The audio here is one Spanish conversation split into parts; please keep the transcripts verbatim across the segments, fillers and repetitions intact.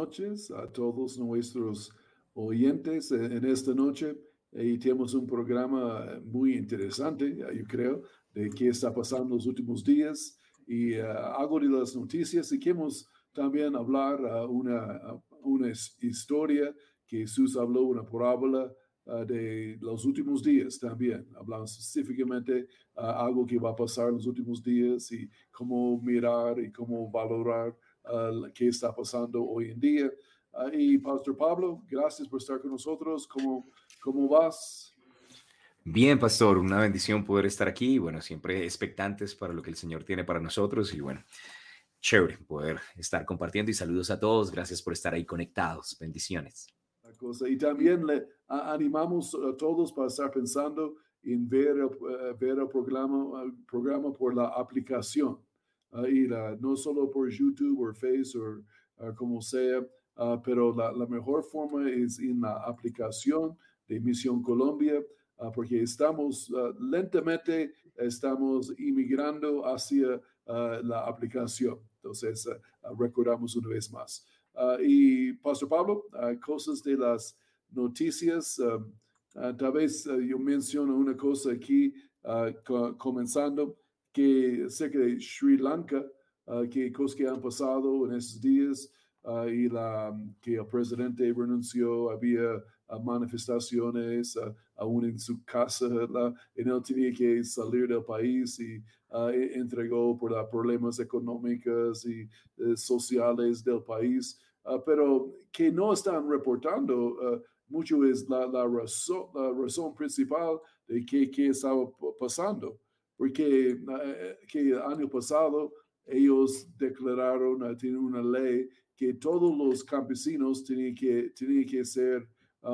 noches a todos nuestros oyentes en, en esta noche. Y tenemos un programa muy interesante, yo creo, de qué está pasando los últimos días y uh, algo de las noticias. Y queremos también hablar uh, una, uh, una historia que Jesús habló, una parábola uh, de los últimos días también. Hablamos específicamente uh, algo que va a pasar en los últimos días y cómo mirar y cómo valorar uh, qué está pasando hoy en día. Uh, y Pastor Pablo, gracias por estar con nosotros. ¿Cómo, cómo vas? Bien, pastor, una bendición poder estar aquí. Bueno, siempre expectantes para lo que el Señor tiene para nosotros y bueno, chévere poder estar compartiendo y saludos a todos. Gracias por estar ahí conectados. Bendiciones. La cosa. Y también le a, animamos a todos para estar pensando en ver, uh, ver el programa, uh, programa por la aplicación. Uh, y la, no solo por YouTube o Face o uh, como sea, uh, pero la, la mejor forma es en la aplicación de Misión Colombia, uh, porque estamos uh, lentamente, estamos inmigrando hacia uh, la aplicación. Entonces, uh, uh, recordamos una vez más. Uh, y Pastor Pablo, uh, cosas de las noticias, uh, uh, tal vez uh, yo menciono una cosa aquí, uh, co comenzando, que sé que Sri Lanka, uh, que cosas que han pasado en estos días, uh, y la, que el presidente renunció, había uh, manifestaciones, uh, aún en su casa, la, y él tenía que salir del país y uh, entregó por los problemas económicos y uh, sociales del país, uh, pero que no están reportando uh, mucho es la, la, razón, la razón principal de qué, qué estaba pasando. Porque uh, que el año pasado ellos declararon, uh, tienen una ley que todos los campesinos tenían que, tenían que ser,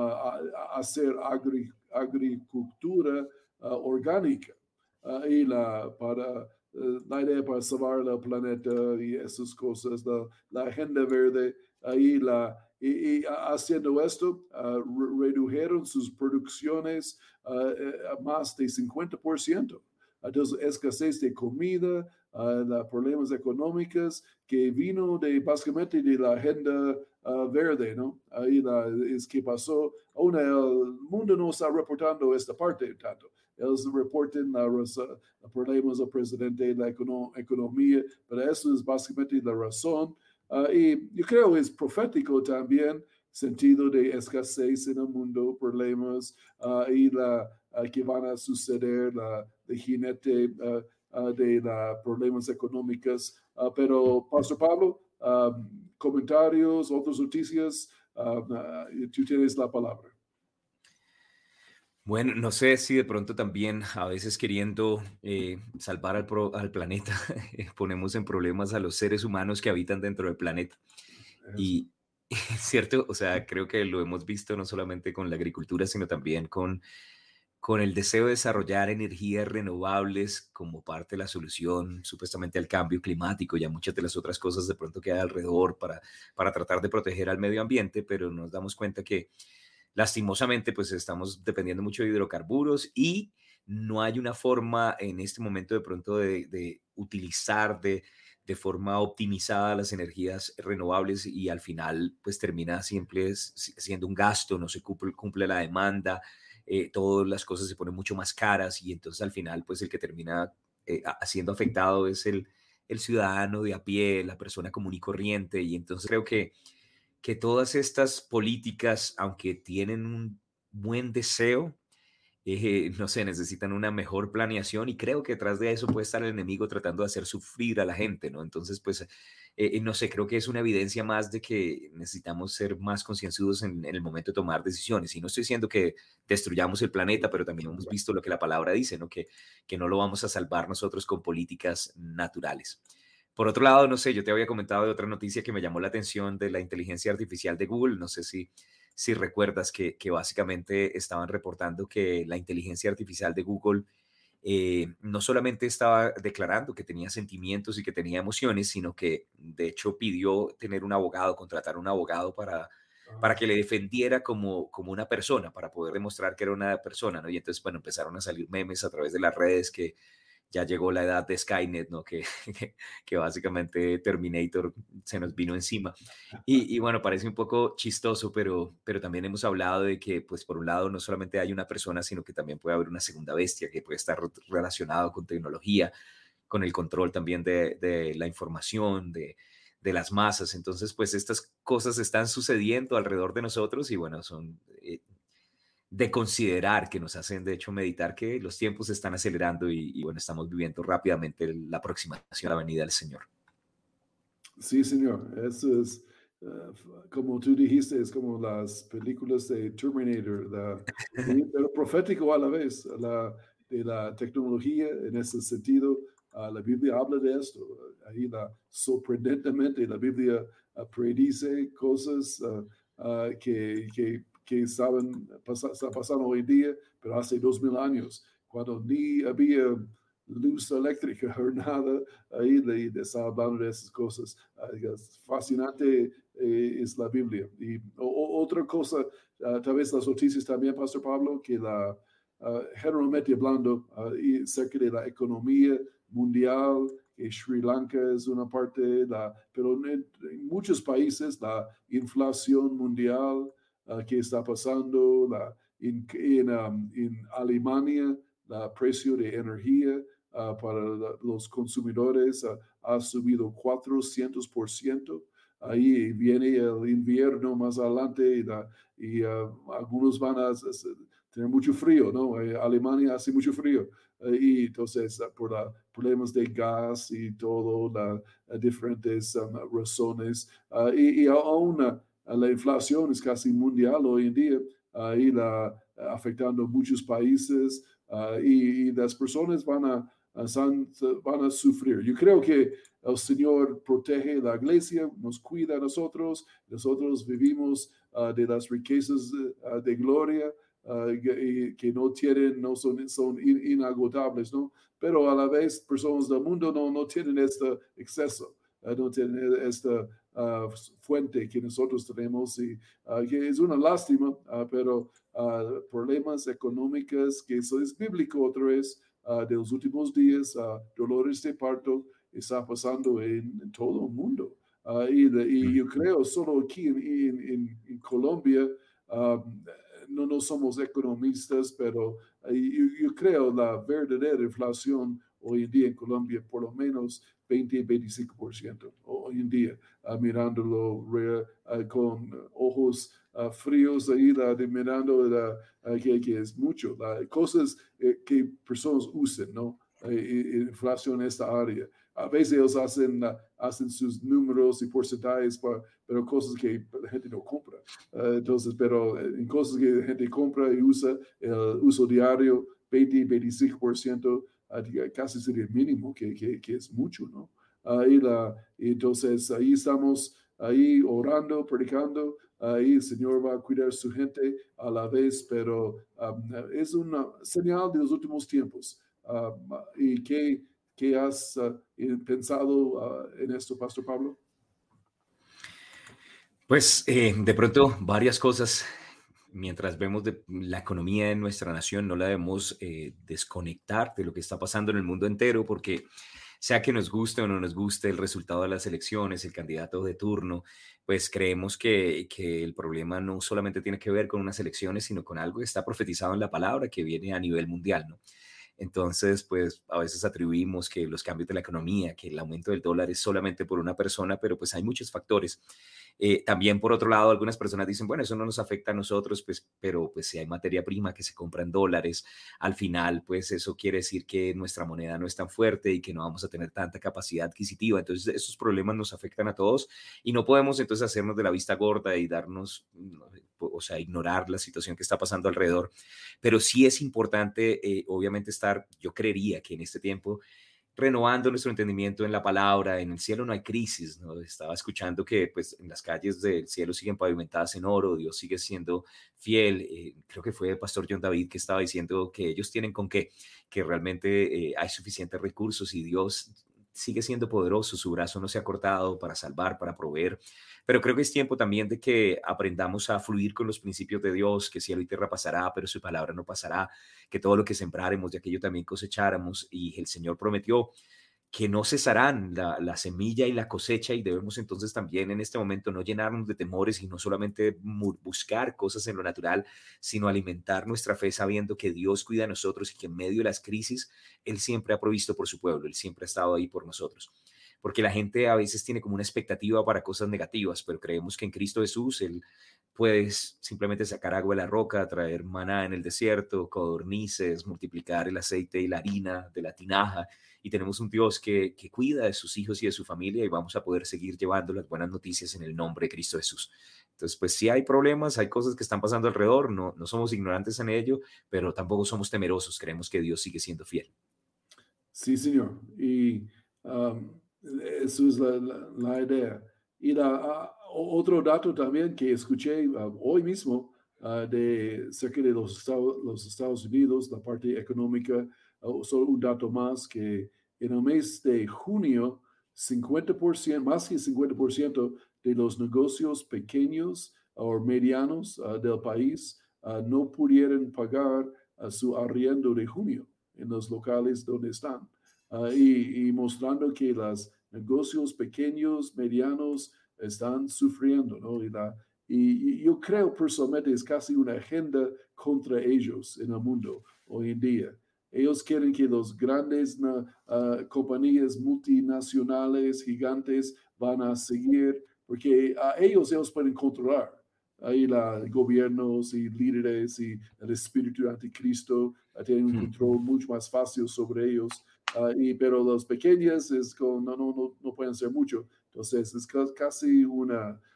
uh, hacer agri, agricultura uh, orgánica. Uh, y la, para, uh, la idea para salvar el planeta y esas cosas, la, la agenda verde, ahí la, y, y haciendo esto, uh, re redujeron sus producciones uh, a más de cincuenta por ciento. Entonces, escasez de comida, uh, los problemas económicos que vino de básicamente de la agenda uh, verde, ¿no? Ahí la, es que pasó. Aún el mundo no está reportando esta parte tanto. Ellos reportan los problemas del presidente, la econo economía, pero eso es básicamente la razón. Uh, y yo creo que es profético también, sentido de escasez en el mundo, problemas uh, y la, uh, que van a suceder, la, de jinete uh, uh, de los problemas económicos. Uh, pero, Pastor Pablo, um, comentarios, otras noticias, uh, uh, tú tienes la palabra. Bueno, no sé si de pronto también a veces queriendo eh, salvar al, pro, al planeta, ponemos en problemas a los seres humanos que habitan dentro del planeta. Eso. Y, cierto, o sea, creo que lo hemos visto no solamente con la agricultura, sino también con, con el deseo de desarrollar energías renovables como parte de la solución supuestamente al cambio climático y a muchas de las otras cosas de pronto que hay alrededor para, para tratar de proteger al medio ambiente, pero nos damos cuenta que lastimosamente, pues estamos dependiendo mucho de hidrocarburos y no hay una forma en este momento de pronto de, de utilizar de, de forma optimizada las energías renovables y al final pues termina siempre siendo un gasto, no se cumple, cumple la demanda, eh, todas las cosas se ponen mucho más caras y entonces al final pues el que termina eh, siendo afectado es el, el ciudadano de a pie, la persona común y corriente y entonces creo que que todas estas políticas, aunque tienen un buen deseo, eh, no sé, necesitan una mejor planeación y creo que detrás de eso puede estar el enemigo tratando de hacer sufrir a la gente, ¿no? Entonces, pues, eh, no sé, creo que es una evidencia más de que necesitamos ser más concienzudos en, en el momento de tomar decisiones. Y no estoy diciendo que destruyamos el planeta, pero también hemos visto lo que la palabra dice, ¿no? Que, que no lo vamos a salvar nosotros con políticas naturales. Por otro lado, no sé, yo te había comentado de otra noticia que me llamó la atención de la inteligencia artificial de Google. No sé si, si recuerdas que, que básicamente estaban reportando que la inteligencia artificial de Google eh, no solamente estaba declarando que tenía sentimientos y que tenía emociones, sino que de hecho pidió tener un abogado, contratar un abogado para, para que le defendiera como, como una persona, para poder demostrar que era una persona, ¿no? Y entonces, bueno, empezaron a salir memes a través de las redes que ya llegó la edad de Skynet, ¿no? Que, que, que básicamente Terminator se nos vino encima. Y, y bueno, parece un poco chistoso, pero, pero también hemos hablado de que, pues por un lado, no solamente hay una persona, sino que también puede haber una segunda bestia que puede estar relacionado con tecnología, con el control también de, de la información, de, de las masas. Entonces, pues estas cosas están sucediendo alrededor de nosotros y bueno, son eh, de considerar, que nos hacen de hecho meditar que los tiempos se están acelerando y, y bueno, estamos viviendo rápidamente la aproximación a la venida del Señor. Sí, señor. Eso es, uh, como tú dijiste, es como las películas de Terminator, la, y, pero profético a la vez, la, de la tecnología en ese sentido. Uh, la Biblia habla de esto. Ahí la, sorprendentemente la Biblia uh, predice cosas uh, uh, que, que, que estaban, pasa, está pasando hoy en día, pero hace dos mil años, cuando ni había luz eléctrica o nada, ahí le, le estaba hablando de esas cosas. Uh, fascinante eh, es la Biblia. Y o, o, otra cosa, uh, tal vez las noticias también, Pastor Pablo, que la, uh, generalmente hablando uh, y cerca de la economía mundial, que Sri Lanka es una parte, la, pero en, en muchos países la inflación mundial uh, que está pasando, la, en, en, um, en Alemania, el precio de energía Uh, para la, los consumidores uh, ha subido cuatrocientos por ciento. Ahí viene el invierno más adelante y, la, y uh, algunos van a, a tener mucho frío, ¿no? Eh, Alemania hace mucho frío. Uh, y entonces, uh, por los problemas de gas y todo, las uh, diferentes um, razones. Uh, y, y aún uh, la inflación es casi mundial hoy en día. Uh, y la, uh, afectando muchos países. Uh, y, y las personas van a van a sufrir. Yo creo que el Señor protege la iglesia, nos cuida a nosotros, nosotros vivimos uh, de las riquezas uh, de gloria uh, que, que no tienen, no son, son inagotables, ¿no? Pero a la vez personas del mundo no, no tienen este exceso, uh, no tienen esta uh, fuente que nosotros tenemos y uh, que es una lástima, uh, pero uh, problemas económicos que eso es bíblico otra vez. Uh, de los últimos días, uh, dolores de parto está pasando en, en todo el mundo. Uh, y, de, y yo creo solo aquí en, en, en, en Colombia, um, no, no somos economistas, pero uh, yo, yo creo la verdadera inflación hoy en día en Colombia, por lo menos veinte a veinticinco por ciento hoy en día, uh, mirándolo re, uh, con ojos uh, fríos ahí, la, de mirando la, uh, que, que es mucho, la, cosas eh, que personas usen, ¿no? Eh, inflación en esta área. A veces ellos hacen, uh, hacen sus números y porcentajes, para, pero cosas que la gente no compra. Uh, entonces, pero en cosas que la gente compra y usa, el uso diario, veinte a veinticinco por ciento, uh, casi sería el mínimo, que, que, que es mucho, ¿no? Ahí la, entonces, ahí estamos, ahí orando, predicando, ahí el Señor va a cuidar a su gente a la vez, pero um, es una señal de los últimos tiempos. Um, ¿Y qué, qué has uh, pensado uh, en esto, Pastor Pablo? Pues eh, de pronto varias cosas. Mientras vemos de la economía en nuestra nación, no la debemos eh, desconectar de lo que está pasando en el mundo entero, porque sea que nos guste o no nos guste el resultado de las elecciones, el candidato de turno, pues creemos que, que el problema no solamente tiene que ver con unas elecciones, sino con algo que está profetizado en la palabra que viene a nivel mundial, ¿no? Entonces, pues a veces atribuimos que los cambios de la economía, que el aumento del dólar es solamente por una persona, pero pues hay muchos factores. Eh, también, por otro lado, algunas personas dicen, bueno, eso no nos afecta a nosotros, pues, pero pues si hay materia prima que se compra en dólares, al final, pues eso quiere decir que nuestra moneda no es tan fuerte y que no vamos a tener tanta capacidad adquisitiva. Entonces, esos problemas nos afectan a todos y no podemos entonces hacernos de la vista gorda y darnos, o sea, ignorar la situación que está pasando alrededor. Pero sí es importante, eh, obviamente, estar, yo creería que en este tiempo, renovando nuestro entendimiento en la palabra. En el cielo no hay crisis, ¿no? Estaba escuchando que pues en las calles del cielo siguen pavimentadas en oro, Dios sigue siendo fiel. Eh, creo que fue el pastor John David que estaba diciendo que ellos tienen con qué, que realmente eh, hay suficientes recursos y Dios sigue siendo poderoso, su brazo no se ha cortado para salvar, para proveer, pero creo que es tiempo también de que aprendamos a fluir con los principios de Dios, que cielo y tierra pasará, pero su palabra no pasará, que todo lo que sembráremos, de aquello también cosecháramos, y el Señor prometió que no cesarán la, la semilla y la cosecha, y debemos entonces también en este momento no llenarnos de temores y no solamente mu- buscar cosas en lo natural, sino alimentar nuestra fe sabiendo que Dios cuida de nosotros y que en medio de las crisis Él siempre ha provisto por su pueblo, Él siempre ha estado ahí por nosotros. Porque la gente a veces tiene como una expectativa para cosas negativas, pero creemos que en Cristo Jesús Él puede simplemente sacar agua de la roca, traer maná en el desierto, codornices, multiplicar el aceite y la harina de la tinaja, y tenemos un Dios que, que cuida de sus hijos y de su familia, y vamos a poder seguir llevando las buenas noticias en el nombre de Cristo Jesús. Entonces, pues sí hay problemas, hay cosas que están pasando alrededor, no, no somos ignorantes en ello, pero tampoco somos temerosos, creemos que Dios sigue siendo fiel. Sí, señor. Y um, eso es la, la- la idea. Y la, ah, o- otro dato también que escuché ah, hoy mismo ah, de cerca de los Estados, los Estados Unidos, la parte económica, ah, solo un dato más que en el mes de junio, cincuenta por ciento, más que cincuenta por ciento de los negocios pequeños o medianos ah, del país ah, no pudieron pagar ah, su arriendo de junio en los locales donde están. Uh, y, y, mostrando que los negocios pequeños, medianos, están sufriendo, ¿no? Y, la, y, y, yo creo personalmente es casi una agenda contra ellos en el mundo hoy en día. Ellos quieren que los grandes uh, uh, compañías multinacionales, gigantes, van a seguir, porque a ellos ellos pueden controlar. Ahí los gobiernos y líderes y el espíritu anticristo uh, tienen un control mucho más fácil sobre ellos. Uh, y, pero los pequeños es como, no, no, no, no pueden hacer mucho. Entonces es casi un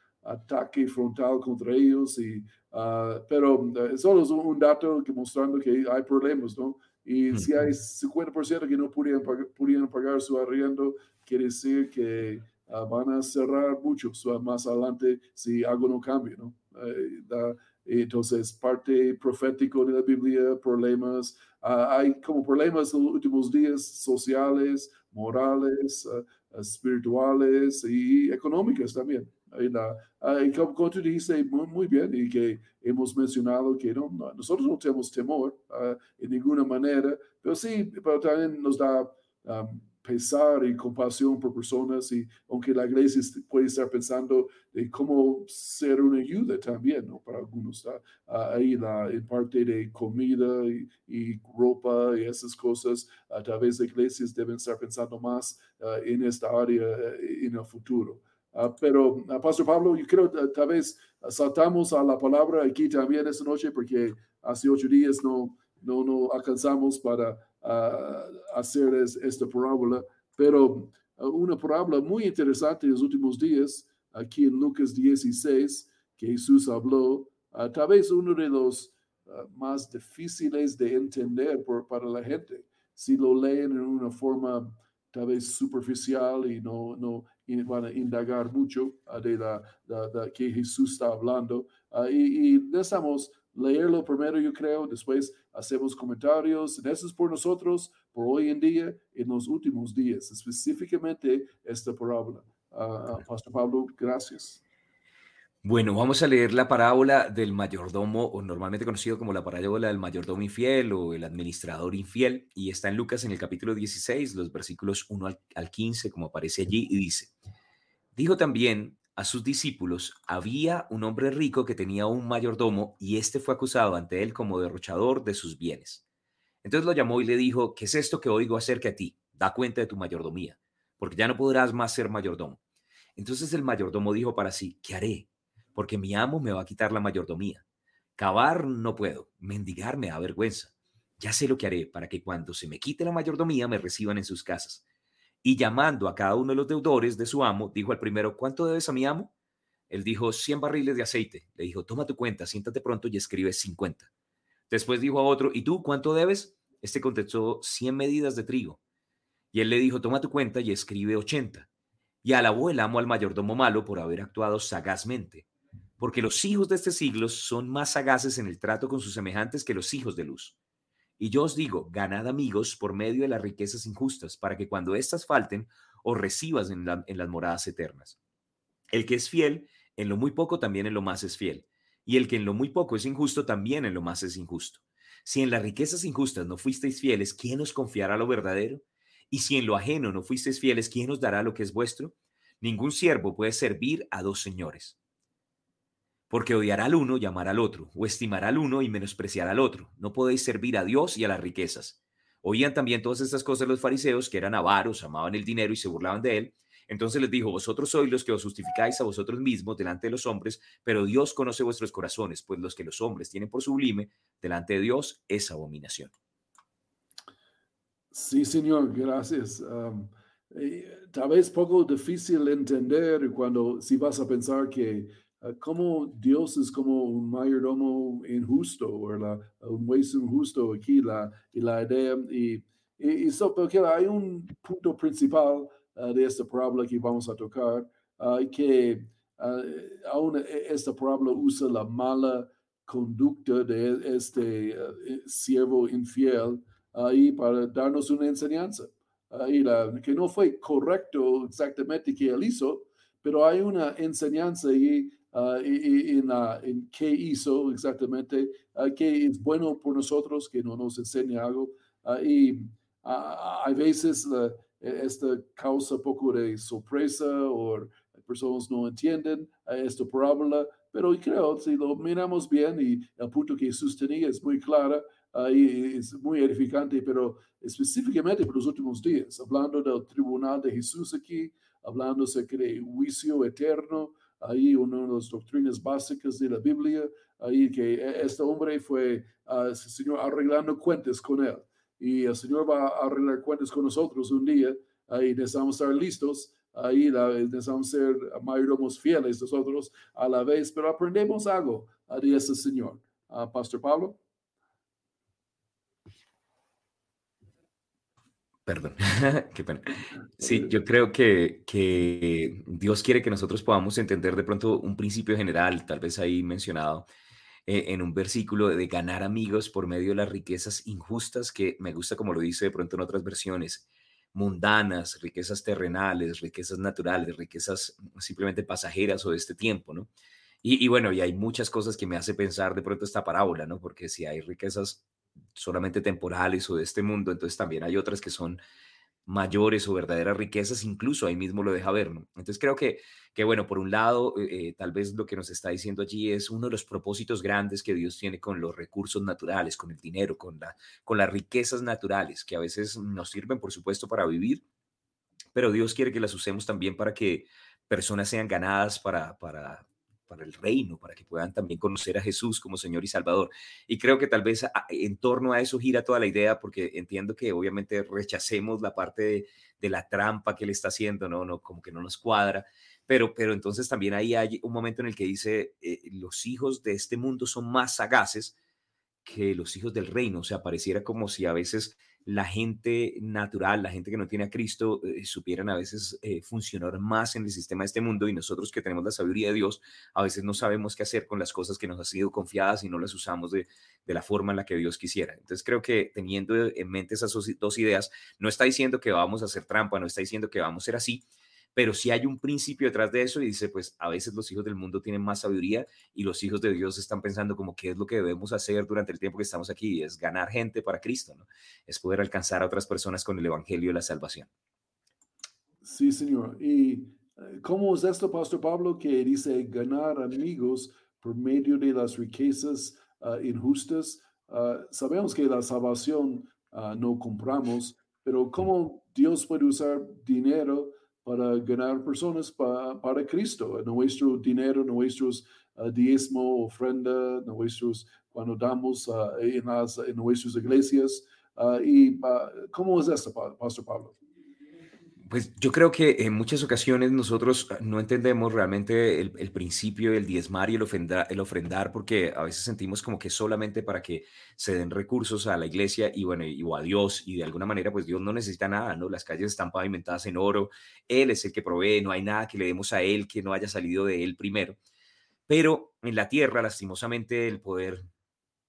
ataque frontal contra ellos. Y, uh, pero uh, solo es un dato que mostrando que hay problemas, ¿no? Y si hay cincuenta por ciento que no pudieran pagar, pudieran pagar su arriendo, quiere decir que uh, van a cerrar muchos uh, más adelante si algo no cambia, ¿no? Uh, da, entonces, parte profético de la Biblia, problemas, uh, hay como problemas en los últimos días sociales, morales, uh, espirituales y económicas también. Y, la, uh, y como, como, tú dijiste muy, muy, bien, y que hemos mencionado que no, no, nosotros no tenemos temor uh, en ninguna manera, pero sí, pero también nos da um, pesar y compasión por personas, y aunque la iglesia puede estar pensando de cómo ser una ayuda también, ¿no? Para algunos, uh, ahí la, en parte de comida y, y ropa y esas cosas, uh, tal vez las iglesias deben estar pensando más uh, en esta área uh, en el futuro. Uh, pero, uh, Pastor Pablo, yo creo uh, tal vez uh, saltamos a la palabra aquí también esta noche, porque hace ocho días no, no, no alcanzamos para uh, hacer es, esta parábola, pero uh, una parábola muy interesante en los últimos días, aquí en Lucas dieciséis, que Jesús habló, uh, tal vez uno de los uh, más difíciles de entender por, para la gente, si lo leen en una forma tal vez superficial y no, no van a indagar mucho uh, de la, la, la, que Jesús está hablando. Uh, y, y necesitamos leerlo primero, yo creo, después hacemos comentarios. Eso es por nosotros, por hoy en día, en los últimos días, específicamente esta parábola. Uh, Pastor Pablo, gracias. Bueno, vamos a leer la parábola del mayordomo, o normalmente conocido como la parábola del mayordomo infiel o el administrador infiel, y está en Lucas en el capítulo dieciséis, los versículos uno al quince, como aparece allí, y dice: dijo también a sus discípulos: había un hombre rico que tenía un mayordomo, y éste fue acusado ante él como derrochador de sus bienes. Entonces lo llamó y le dijo: ¿qué es esto que oigo acerca de ti? Da cuenta de tu mayordomía, porque ya no podrás más ser mayordomo. Entonces el mayordomo dijo para sí: ¿qué haré? Porque mi amo me va a quitar la mayordomía. Cavar no puedo, mendigar me da vergüenza. Ya sé lo que haré para que cuando se me quite la mayordomía me reciban en sus casas. Y llamando a cada uno de los deudores de su amo, dijo al primero: ¿cuánto debes a mi amo? Él dijo: cien barriles de aceite. Le dijo: toma tu cuenta, siéntate pronto y escribe cincuenta. Después dijo a otro: ¿y tú cuánto debes? Este contestó: cien medidas de trigo. Y él le dijo: toma tu cuenta y escribe ochenta. Y alabó el amo al mayordomo malo por haber actuado sagazmente, porque los hijos de este siglo son más sagaces en el trato con sus semejantes que los hijos de luz. Y yo os digo, ganad amigos por medio de las riquezas injustas, para que cuando éstas falten, os recibas en, la- en las moradas eternas. El que es fiel, en lo muy poco también en lo más es fiel. Y el que en lo muy poco es injusto, también en lo más es injusto. Si en las riquezas injustas no fuisteis fieles, ¿quién os confiará lo verdadero? Y si en lo ajeno no fuisteis fieles, ¿quién os dará lo que es vuestro? Ningún siervo puede servir a dos señores, porque odiará al uno y amará al otro, o estimará al uno y menospreciará al otro. No podéis servir a Dios y a las riquezas. Oían también todas estas cosas los fariseos, que eran avaros, amaban el dinero y se burlaban de él. Entonces les dijo, vosotros sois los que os justificáis a vosotros mismos delante de los hombres, pero Dios conoce vuestros corazones, pues los que los hombres tienen por sublime delante de Dios es abominación. Sí, señor, gracias. Um, eh, tal vez poco difícil entender cuando si vas a pensar que uh, como Dios es como un mayordomo injusto o la, un juez injusto aquí, la, y la idea. Y, y, y so, porque hay un punto principal uh, de esta parábola que vamos a tocar, uh, que uh, aún esta parábola usa la mala conducta de este uh, siervo infiel ahí para darnos una enseñanza. Ahí la, que no fue correcto exactamente que él hizo, pero hay una enseñanza ahí uh, en, uh, en qué hizo exactamente, uh, qué es bueno por nosotros, que no nos enseña algo. Uh, y uh, hay veces uh, esta causa poco de sorpresa o personas no entienden uh, esta parábola, pero creo si lo miramos bien y el punto que Jesús tenía es muy claro, ahí es muy edificante, pero específicamente por los últimos días, hablando del tribunal de Jesús aquí, hablando acerca de juicio eterno, ahí una de las doctrinas básicas de la Biblia, ahí que este hombre fue, uh, el Señor arreglando cuentas con él, y el Señor va a arreglar cuentas con nosotros un día, ahí necesitamos estar listos, ahí la, necesitamos ser mayordomos fieles nosotros a la vez, pero aprendemos algo uh, de ese Señor. Uh, Pastor Pablo. Perdón, qué pena. Sí, yo creo que, que Dios quiere que nosotros podamos entender de pronto un principio general, tal vez ahí mencionado eh, en un versículo de ganar amigos por medio de las riquezas injustas, que me gusta como lo dice de pronto en otras versiones, mundanas, riquezas terrenales, riquezas naturales, riquezas simplemente pasajeras o de este tiempo, ¿no? Y, y bueno, y hay muchas cosas que me hace pensar de pronto esta parábola, ¿no? Porque si hay riquezas solamente temporales o de este mundo, entonces también hay otras que son mayores o verdaderas riquezas, incluso ahí mismo lo deja ver, ¿no? Entonces creo que, que bueno, por un lado, eh, eh, tal vez lo que nos está diciendo allí es uno de los propósitos grandes que Dios tiene con los recursos naturales, con el dinero, con, la, con las riquezas naturales, que a veces nos sirven, por supuesto, para vivir, pero Dios quiere que las usemos también para que personas sean ganadas para, para, para el reino, para que puedan también conocer a Jesús como Señor y Salvador. Y creo que tal vez a, en torno a eso gira toda la idea, porque entiendo que obviamente rechacemos la parte de, de la trampa que él está haciendo, ¿no? No, como que no nos cuadra. Pero, pero entonces también ahí hay un momento en el que dice, eh, los hijos de este mundo son más sagaces que los hijos del reino. O sea, pareciera como si a veces la gente natural, la gente que no tiene a Cristo, eh, supieran a veces eh, funcionar más en el sistema de este mundo, y nosotros que tenemos la sabiduría de Dios, a veces no sabemos qué hacer con las cosas que nos han sido confiadas y no las usamos de, de la forma en la que Dios quisiera. Entonces creo que teniendo en mente esas dos ideas, no está diciendo que vamos a hacer trampa, no está diciendo que vamos a ser así, pero sí hay un principio detrás de eso y dice, pues a veces los hijos del mundo tienen más sabiduría y los hijos de Dios están pensando como qué es lo que debemos hacer durante el tiempo que estamos aquí, y es ganar gente para Cristo, ¿no? Es poder alcanzar a otras personas con el evangelio de la salvación. Sí, señor. ¿Y eh, cómo es esto, Pastor Pablo, que dice ganar amigos por medio de las riquezas uh, injustas? Uh, sabemos que la salvación uh, no compramos, pero ¿cómo Dios puede usar dinero para ganar personas pa, para Cristo? Nuestro dinero, nuestros uh, diezmo, ofrenda, nuestros, cuando damos uh, en, las, en nuestras iglesias. Uh, ¿Y uh, cómo es esto, Pastor Pablo? Pues yo creo que en muchas ocasiones nosotros ah, no entendemos realmente el, el principio del diezmar y el ofrendar, el ofrendar, porque a veces sentimos como que solamente para que se den recursos a la iglesia y bueno, y, o a Dios, y de alguna manera pues Dios no necesita nada, ¿no? Las calles están pavimentadas en oro, Él es el que provee, no hay nada que le demos a Él que no haya salido de Él primero. Pero en la tierra, lastimosamente, el poder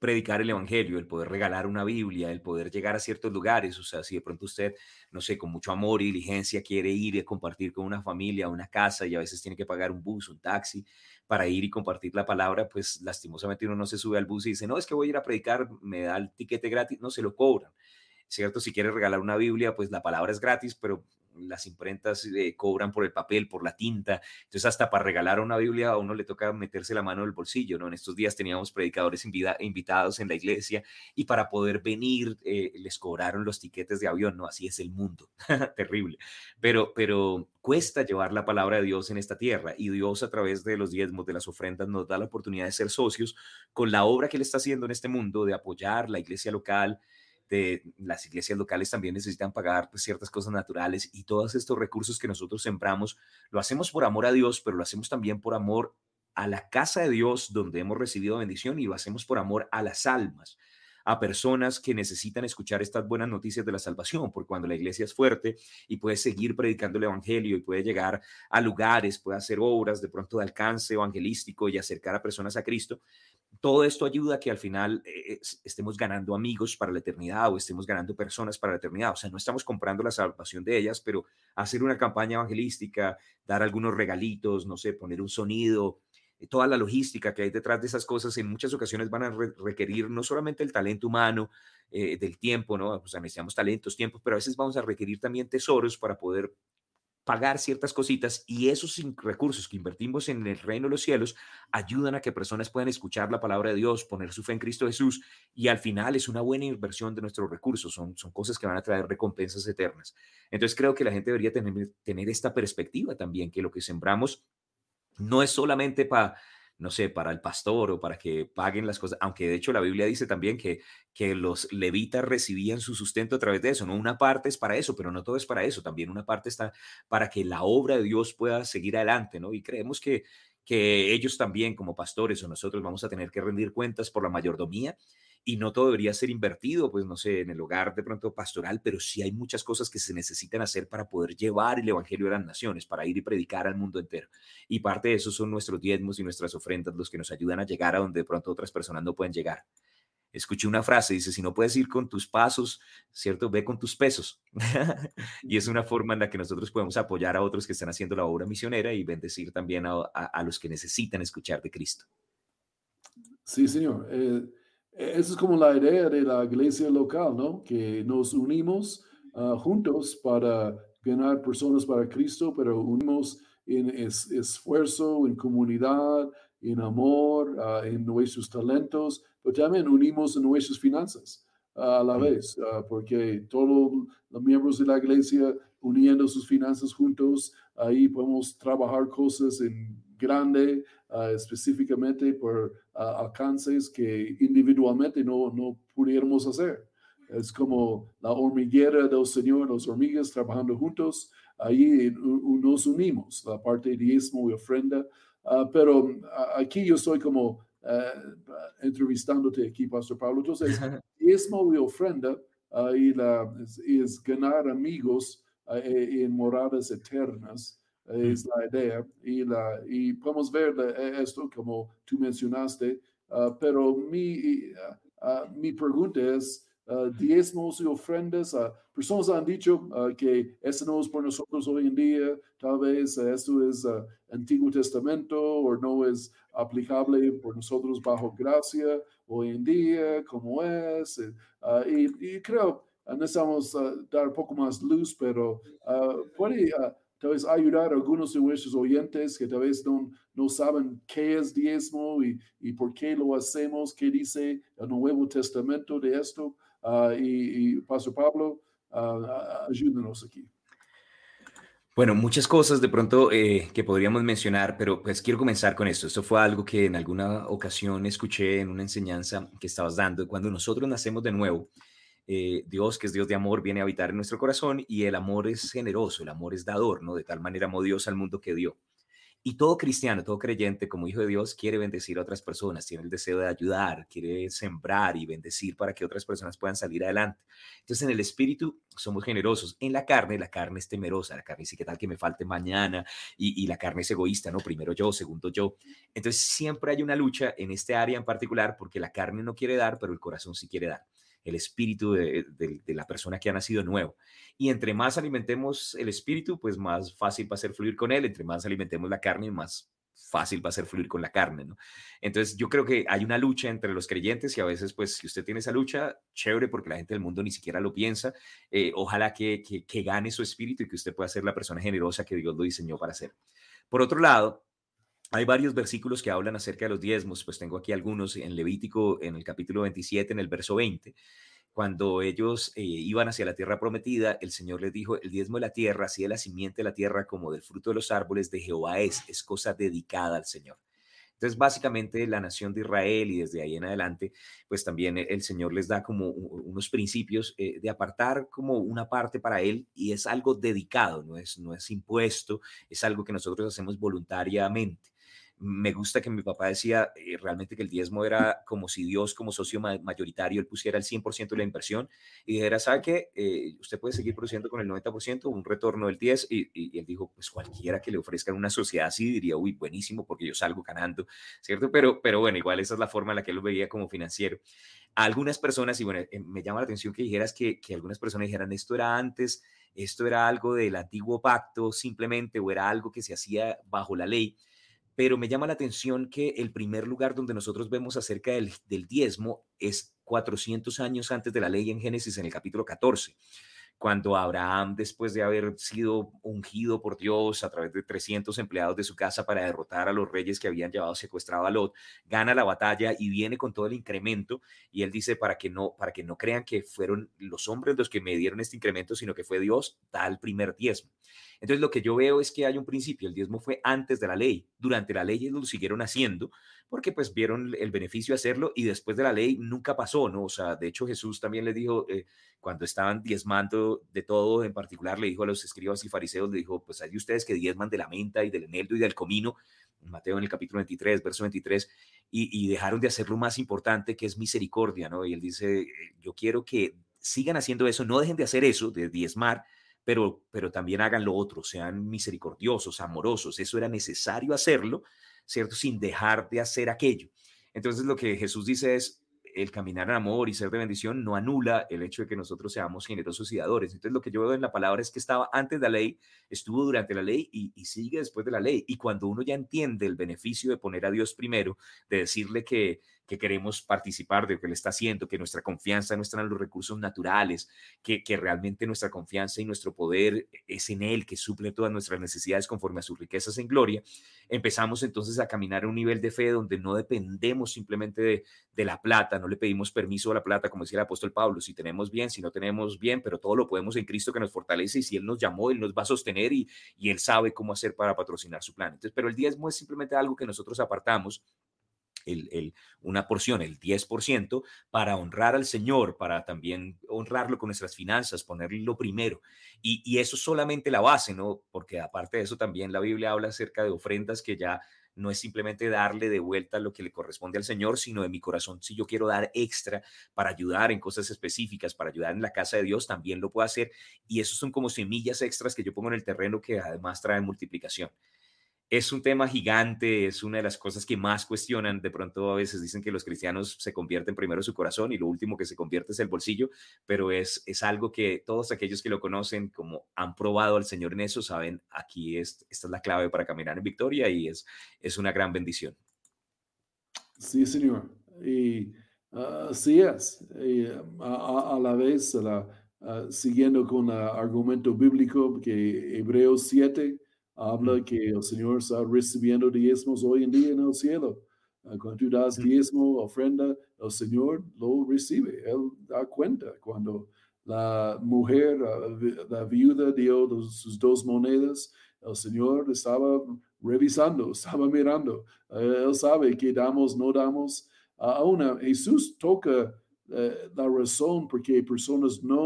predicar el evangelio, el poder regalar una Biblia, el poder llegar a ciertos lugares. O sea, si de pronto usted, no sé, con mucho amor y diligencia quiere ir y compartir con una familia, una casa, y a veces tiene que pagar un bus, un taxi para ir y compartir la palabra, pues lastimosamente uno no se sube al bus y dice, no, es que voy a ir a predicar, me da el tiquete gratis, no, se lo cobran. ¿Cierto? Si quieres regalar una Biblia, pues la palabra es gratis, pero las imprentas eh, cobran por el papel, por la tinta. Entonces, hasta para regalar una Biblia a uno le toca meterse la mano en el bolsillo, ¿no? En estos días teníamos predicadores invita invitados en la iglesia y para poder venir eh, les cobraron los tiquetes de avión, ¿no? Así es el mundo, terrible. Pero, pero cuesta llevar la palabra de Dios en esta tierra y Dios a través de los diezmos, de las ofrendas, nos da la oportunidad de ser socios con la obra que Él está haciendo en este mundo, de apoyar la iglesia local, de las iglesias locales también necesitan pagar pues, ciertas cosas naturales y todos estos recursos que nosotros sembramos, lo hacemos por amor a Dios, pero lo hacemos también por amor a la casa de Dios donde hemos recibido bendición y lo hacemos por amor a las almas, a personas que necesitan escuchar estas buenas noticias de la salvación, porque cuando la iglesia es fuerte y puede seguir predicando el evangelio y puede llegar a lugares, puede hacer obras de pronto de alcance evangelístico y acercar a personas a Cristo, todo esto ayuda a que al final eh, estemos ganando amigos para la eternidad o estemos ganando personas para la eternidad. O sea, no estamos comprando la salvación de ellas, pero hacer una campaña evangelística, dar algunos regalitos, no sé, poner un sonido, eh, toda la logística que hay detrás de esas cosas en muchas ocasiones van a re requerir no solamente el talento humano, eh, del tiempo, ¿no? O sea, necesitamos talentos, tiempos, pero a veces vamos a requerir también tesoros para poder pagar ciertas cositas y esos recursos que invertimos en el reino de los cielos ayudan a que personas puedan escuchar la palabra de Dios, poner su fe en Cristo Jesús y al final es una buena inversión de nuestros recursos, son, son cosas que van a traer recompensas eternas. Entonces creo que la gente debería tener, tener esta perspectiva también, que lo que sembramos no es solamente para, no sé, para el pastor o para que paguen las cosas, aunque de hecho la Biblia dice también que, que los levitas recibían su sustento a través de eso, ¿no? Una parte es para eso, pero no todo es para eso, también una parte está para que la obra de Dios pueda seguir adelante, ¿no? Y creemos que, que ellos también como pastores o nosotros vamos a tener que rendir cuentas por la mayordomía y no todo debería ser invertido, pues no sé, en el hogar de pronto pastoral, pero sí hay muchas cosas que se necesitan hacer para poder llevar el evangelio a las naciones, para ir y predicar al mundo entero. Y parte de eso son nuestros diezmos y nuestras ofrendas, los que nos ayudan a llegar a donde de pronto otras personas no pueden llegar. Escuché una frase, dice, si no puedes ir con tus pasos, ¿cierto? Ve con tus pesos. Y es una forma en la que nosotros podemos apoyar a otros que están haciendo la obra misionera y bendecir también a, a, a los que necesitan escuchar de Cristo. Sí, señor. Eh, esa es como la idea de la iglesia local, ¿no? Que nos unimos uh, juntos para ganar personas para Cristo, pero unimos en es, esfuerzo, en comunidad, en amor, uh, en nuestros talentos, pero también unimos en nuestras finanzas uh, a la Mm. vez, uh, porque todos los miembros de la iglesia uniendo sus finanzas juntos, ahí podemos trabajar cosas en grande, uh, específicamente por uh, alcances que individualmente no, no pudiéramos hacer. Es como la hormiguera del Señor, las hormigas trabajando juntos, ahí uh, nos unimos, la parte de diezmo y ofrenda. Uh, pero uh, aquí yo estoy como uh, entrevistándote aquí, Pastor Pablo. Entonces, diezmo y ofrenda uh, y la, es, es ganar amigos uh, en moradas eternas. Mm. Es la idea y, la, y podemos ver esto como tú mencionaste, uh, pero mi, uh, uh, mi pregunta es, uh, diezmos y ofrendas, uh, personas han dicho uh, que esto no es por nosotros hoy en día, tal vez uh, esto es uh, Antiguo Testamento o no es aplicable por nosotros bajo gracia hoy en día, como es, uh, y, y creo necesitamos uh, dar un poco más luz, pero uh, puede... Uh, tal vez ayudar a algunos de nuestros oyentes que tal vez no, no saben qué es diezmo y, y por qué lo hacemos, qué dice el Nuevo Testamento de esto. Uh, y, y Pastor Pablo, uh, ayúdenos aquí. Bueno, muchas cosas de pronto eh, que podríamos mencionar, pero pues quiero comenzar con esto. Esto fue algo que en alguna ocasión escuché en una enseñanza que estabas dando. Cuando nosotros nacemos de nuevo, eh, Dios, que es Dios de amor, viene a habitar en nuestro corazón y el amor es generoso, el amor es dador, ¿no? De tal manera amó Dios al mundo que dio. Y todo cristiano, todo creyente como hijo de Dios quiere bendecir a otras personas, tiene el deseo de ayudar, quiere sembrar y bendecir para que otras personas puedan salir adelante. Entonces en el espíritu somos generosos, en la carne, la carne es temerosa, la carne dice que tal que me falte mañana y, y la carne es egoísta, ¿no? Primero yo, segundo yo. Entonces siempre hay una lucha en este área en particular porque la carne no quiere dar, pero el corazón sí quiere dar. El espíritu de, de, de la persona que ha nacido nuevo. Y entre más alimentemos el espíritu, pues más fácil va a ser fluir con él. Entre más alimentemos la carne, más fácil va a ser fluir con la carne, ¿no? Entonces yo creo que hay una lucha entre los creyentes y a veces, pues, si usted tiene esa lucha, chévere, porque la gente del mundo ni siquiera lo piensa. Eh, ojalá que, que, que gane su espíritu y que usted pueda ser la persona generosa que Dios lo diseñó para ser. Por otro lado, hay varios versículos que hablan acerca de los diezmos, pues tengo aquí algunos en Levítico, en el capítulo veintisiete, en el verso veinte. Cuando ellos eh, iban hacia la tierra prometida, el Señor les dijo, el diezmo de la tierra, así de la simiente de la tierra como del fruto de los árboles de Jehová es, es cosa dedicada al Señor. Entonces, básicamente, la nación de Israel y desde ahí en adelante, pues también el Señor les da como unos principios eh, de apartar como una parte para Él y es algo dedicado, no es, no es impuesto, es algo que nosotros hacemos voluntariamente. Me gusta que mi papá decía eh, realmente que el diezmo era como si Dios como socio ma mayoritario, él pusiera el cien por ciento de la inversión y dijera, ¿sabe qué? Eh, usted puede seguir produciendo con el noventa por ciento, un retorno del diez por ciento y, y, y él dijo, pues cualquiera que le ofrezcan una sociedad así diría, uy, buenísimo porque yo salgo ganando, ¿cierto? Pero, pero bueno, igual esa es la forma en la que él lo veía como financiero. A algunas personas, y bueno, eh, me llama la atención que dijeras que, que algunas personas dijeran, esto era antes, esto era algo del antiguo pacto simplemente o era algo que se hacía bajo la ley, pero me llama la atención que el primer lugar donde nosotros vemos acerca del, del diezmo es cuatrocientos años antes de la ley en Génesis, en el capítulo catorce, cuando Abraham, después de haber sido ungido por Dios a través de trescientos empleados de su casa para derrotar a los reyes que habían llevado secuestrado a Lot, gana la batalla y viene con todo el incremento y él dice para que no para que no crean que fueron los hombres los que me dieron este incremento, sino que fue Dios, da el primer diezmo. Entonces lo que yo veo es que hay un principio, el diezmo fue antes de la ley, durante la ley ellos lo siguieron haciendo porque pues vieron el beneficio de hacerlo y después de la ley nunca pasó, ¿no? O sea, de hecho Jesús también le dijo, eh, cuando estaban diezmando de todo, en particular le dijo a los escribas y fariseos, le dijo, pues hay ustedes que diezman de la menta y del eneldo y del comino, en Mateo en el capítulo veintitrés, verso veintitrés, y, y dejaron de hacer lo más importante que es misericordia, ¿no? Y él dice, yo quiero que sigan haciendo eso, no dejen de hacer eso, de diezmar, pero, pero también hagan lo otro, sean misericordiosos, amorosos, eso era necesario hacerlo, ¿cierto? Sin dejar de hacer aquello. Entonces lo que Jesús dice es, el caminar en amor y ser de bendición no anula el hecho de que nosotros seamos generosos y dadores. Entonces lo que yo veo en la palabra es que estaba antes de la ley, estuvo durante la ley y, y sigue después de la ley. Y cuando uno ya entiende el beneficio de poner a Dios primero, de decirle que, que queremos participar de lo que Él está haciendo, que nuestra confianza no está en los recursos naturales, que, que realmente nuestra confianza y nuestro poder es en Él, que suple todas nuestras necesidades conforme a sus riquezas en gloria, empezamos entonces a caminar a un nivel de fe donde no dependemos simplemente de, de la plata, no le pedimos permiso a la plata, como decía el apóstol Pablo, si tenemos bien, si no tenemos bien, pero todo lo podemos en Cristo que nos fortalece y si Él nos llamó, Él nos va a sostener y, y Él sabe cómo hacer para patrocinar su plan. Entonces, pero el diezmo es simplemente algo que nosotros apartamos el, el, una porción, el diez por ciento, para honrar al Señor, para también honrarlo con nuestras finanzas, ponerlo primero. Y, y eso es solamente la base, ¿no? Porque aparte de eso también la Biblia habla acerca de ofrendas que ya no es simplemente darle de vuelta lo que le corresponde al Señor, sino de mi corazón, si yo quiero dar extra para ayudar en cosas específicas, para ayudar en la casa de Dios, también lo puedo hacer. Y esos son como semillas extras que yo pongo en el terreno que además traen multiplicación. Es un tema gigante, es una de las cosas que más cuestionan. De pronto a veces dicen que los cristianos se convierten primero su corazón y lo último que se convierte es el bolsillo, pero es, es algo que todos aquellos que lo conocen, como han probado al Señor en eso, saben, aquí es, esta es la clave para caminar en victoria y es, es una gran bendición. Sí, señor. Y uh, así es. Y, a, a, la vez, la, uh, siguiendo con el argumento bíblico que Hebreos siete habla Mm, que el Señor está recibiendo diezmos hoy en día en el cielo. Uh, cuando tú das mm, diezmo, ofrenda, el Señor lo recibe. Él da cuenta. Cuando la mujer, uh, la viuda dio dos, sus dos monedas, el Señor estaba revisando, estaba mirando. Uh, él sabe que damos, no damos. Uh, aún Jesús toca uh, la razón porque personas no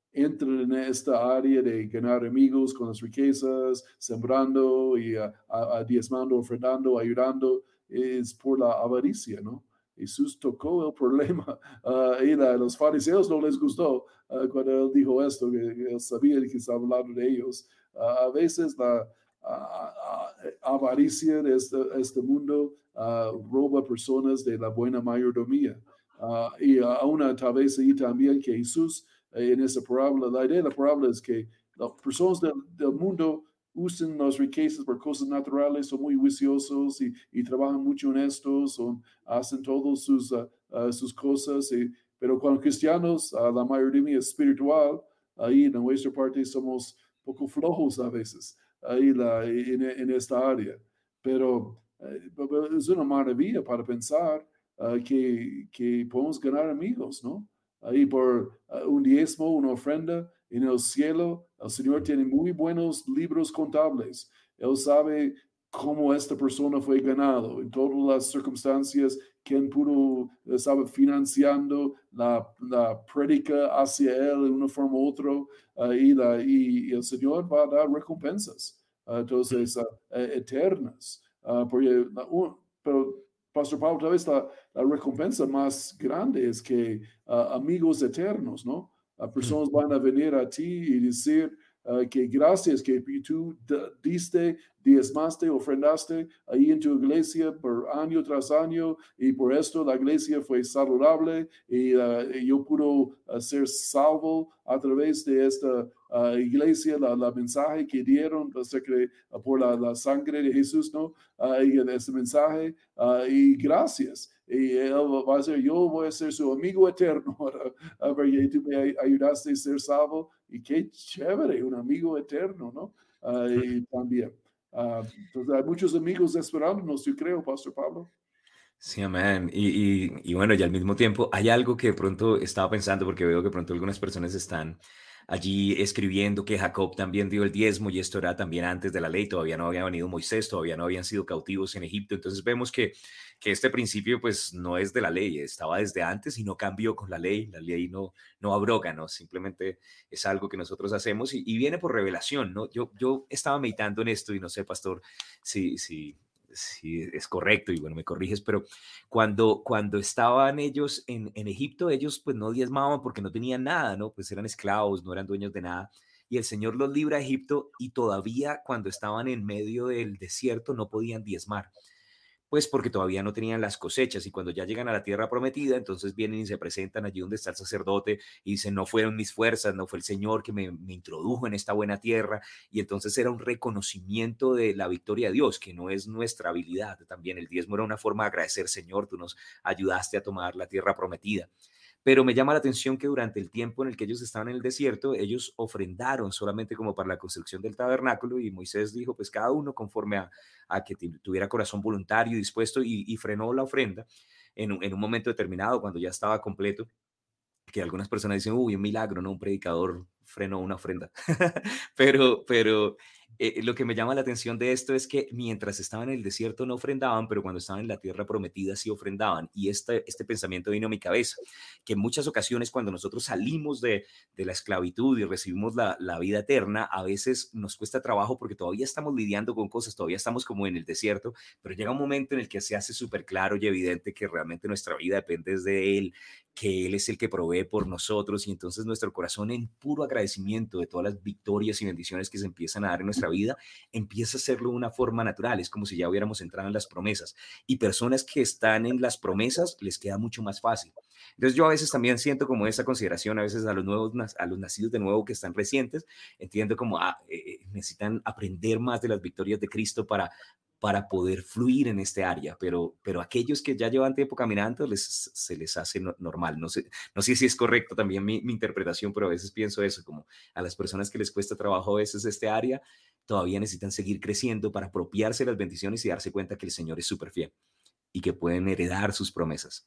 entran en esta área de ganar amigos con las riquezas, sembrando y uh, uh, diezmando, ofrendando, ayudando, es por la avaricia, ¿no? Jesús tocó el problema uh, y a los fariseos no les gustó uh, cuando él dijo esto, que, que él sabía que estaba hablando de ellos. Uh, a veces la uh, uh, avaricia de este, este mundo uh, roba personas de la buena mayordomía. Uh, y uh, aún tal vez ahí también que Jesús eh, en esa parábola, la idea de la parábola es que las personas del, del mundo usan las riquezas por cosas naturales, son muy viciosos y, y trabajan mucho en esto, son, hacen todas sus, uh, uh, sus cosas, y, pero cuando cristianos, uh, la mayoría espiritual, ahí en nuestra parte somos un poco flojos a veces, ahí la, en, en esta área, pero uh, es una maravilla para pensar uh, que, que podemos ganar amigos, ¿no? Ahí por uh, un diezmo, una ofrenda en el cielo. El Señor tiene muy buenos libros contables. Él sabe cómo esta persona fue ganado, en todas las circunstancias, quién pudo, estaba financiando la, la prédica hacia él de una forma u otra, uh, y, la, y, y el Señor va a dar recompensas, uh, entonces, uh, uh, eternas. Uh, porque, uh, pero, Pastor Pablo, tal vez la, la recompensa más grande es que uh, amigos eternos, ¿no? Uh, personas van a venir a ti y decir uh, que gracias que tú diste, diezmaste, ofrendaste ahí en tu iglesia por año tras año y por esto la iglesia fue saludable y uh, yo pude uh, ser salvo a través de esta uh, iglesia, la, la mensaje que dieron o sea, que, uh, por la, la sangre de Jesús, ¿no? Uh, y ese mensaje uh, y gracias. Y él va a decir, yo voy a ser su amigo eterno, a ver, y tú me ayudaste a ser salvo, y qué chévere, un amigo eterno, ¿no? Uh, y también. Uh, entonces hay muchos amigos esperándonos, yo creo, Pastor Pablo. Sí, amén. Y, y, y bueno, y al mismo tiempo hay algo que de pronto estaba pensando, porque veo que de pronto algunas personas están allí escribiendo que Jacob también dio el diezmo y esto era también antes de la ley, todavía no había venido Moisés, todavía no habían sido cautivos en Egipto. Entonces vemos que, que este principio pues no es de la ley, estaba desde antes y no cambió con la ley, la ley no, no abroga, ¿no? Simplemente es algo que nosotros hacemos y, y viene por revelación, ¿no? Yo, yo estaba meditando en esto y no sé, pastor, si... si si es correcto y bueno, me corriges, pero cuando, cuando estaban ellos en, en Egipto, ellos pues no diezmaban porque no tenían nada, ¿no? Pues eran esclavos, no eran dueños de nada. Y el Señor los libra a Egipto y todavía cuando estaban en medio del desierto no podían diezmar. Pues porque todavía no tenían las cosechas y cuando ya llegan a la tierra prometida, entonces vienen y se presentan allí donde está el sacerdote y dicen, no fueron mis fuerzas, no fue el Señor que me, me introdujo en esta buena tierra. Y entonces era un reconocimiento de la victoria de Dios, que no es nuestra habilidad. También el diezmo era una forma de agradecer, Señor, tú nos ayudaste a tomar la tierra prometida. Pero me llama la atención que durante el tiempo en el que ellos estaban en el desierto, ellos ofrendaron solamente como para la construcción del tabernáculo y Moisés dijo, pues cada uno conforme a, a que tuviera corazón voluntario y dispuesto y, y frenó la ofrenda en un, en un momento determinado cuando ya estaba completo, que algunas personas dicen, uy, un milagro, ¿no? Un predicador frenó una ofrenda. pero, pero eh, lo que me llama la atención de esto es que mientras estaban en el desierto no ofrendaban, pero cuando estaban en la tierra prometida sí ofrendaban. Y este, este pensamiento vino a mi cabeza, que en muchas ocasiones cuando nosotros salimos de, de la esclavitud y recibimos la, la vida eterna, a veces nos cuesta trabajo porque todavía estamos lidiando con cosas, todavía estamos como en el desierto, pero llega un momento en el que se hace súper claro y evidente que realmente nuestra vida depende de Él, que Él es el que provee por nosotros y entonces nuestro corazón en puro agradecimiento de todas las victorias y bendiciones que se empiezan a dar en nuestra vida, empieza a hacerlo de una forma natural, es como si ya hubiéramos entrado en las promesas y personas que están en las promesas les queda mucho más fácil. Entonces yo a veces también siento como esa consideración, a veces a los nuevos, a los nacidos de nuevo que están recientes, entiendo como ah, eh, necesitan aprender más de las victorias de Cristo para para poder fluir en este área, pero, pero aquellos que ya llevan tiempo caminando les, se les hace no, normal. No sé, no sé si es correcto también mi, mi interpretación, pero a veces pienso eso, como a las personas que les cuesta trabajo a veces este área, todavía necesitan seguir creciendo para apropiarse de las bendiciones y darse cuenta que el Señor es súper fiel y que pueden heredar sus promesas.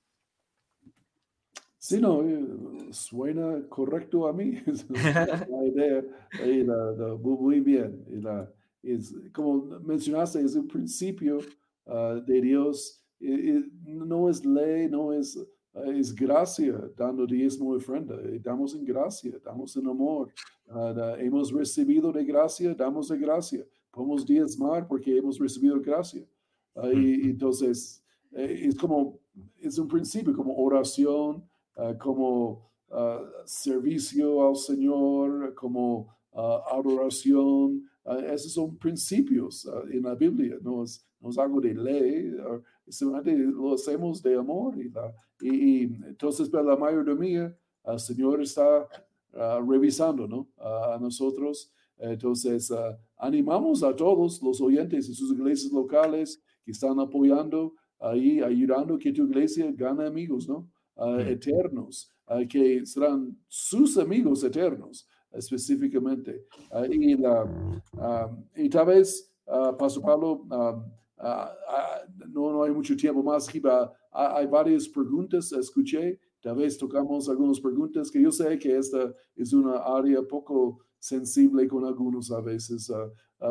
Sí, no, eh, suena correcto a mí. La idea, eh, la, la, muy muy bien. Y la, es, como mencionaste, es un principio uh, de Dios. Eh, eh, no es ley, no es uh, es gracia, dando diezmo y ofrenda. Eh, damos en gracia, damos en amor. Uh, da- hemos recibido de gracia, damos de gracia. Podemos diezmar porque hemos recibido gracia. Uh, Mm. y, y entonces, eh, es como, es un principio, como oración, uh, como uh, servicio al Señor, como uh, adoración. Uh, esos son principios uh, en la Biblia, no es, no es algo de ley, uh, simplemente lo hacemos de amor. Y, la, y, y entonces, para la mayordomía, el Señor está uh, revisando, ¿no? Uh, a nosotros. Entonces, uh, animamos a todos los oyentes de sus iglesias locales que están apoyando ahí, ayudando que tu iglesia gane amigos, ¿no? Uh, Mm. eternos, uh, que serán sus amigos eternos, específicamente. Uh, y, la, um, y tal vez, uh, Pastor Pablo, um, uh, uh, no, no hay mucho tiempo más aquí, uh, hay varias preguntas, escuché, tal vez tocamos algunas preguntas, que yo sé que esta es una área poco sensible con algunos a veces, uh,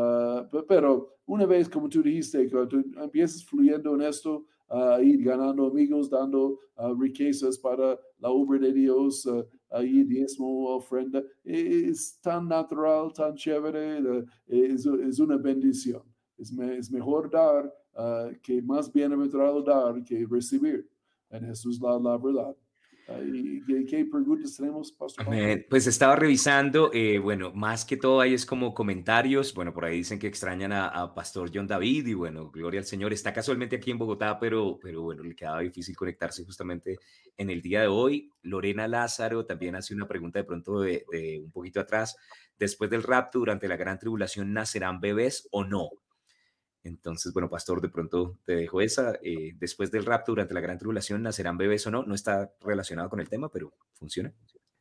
uh, pero una vez, como tú dijiste, que tú empiezas fluyendo en esto, uh, ir ganando amigos, dando uh, riquezas para la obra de Dios, uh, ahí diezmo, ofrenda, es tan natural, tan chévere, uh, es, es una bendición. Es, me, es mejor dar uh, que más bienaventurado dar que recibir. En eso es la, la verdad. Uh, y, ¿qué, ¿Qué preguntas tenemos, Pastor Pablo? Amén. Pues estaba revisando, eh, bueno, más que todo ahí es como comentarios, bueno, por ahí dicen que extrañan a, a Pastor John David y bueno, gloria al Señor, está casualmente aquí en Bogotá, pero, pero bueno, le quedaba difícil conectarse justamente en el día de hoy. Lorena Lázaro también hace una pregunta de pronto de, de un poquito atrás, después del rapto, durante la gran tribulación, ¿nacerán bebés o no? Entonces, bueno, pastor, de pronto te dejo esa. Eh, después del rapto, durante la gran tribulación, ¿nacerán bebés o no? No está relacionado con el tema, pero funciona.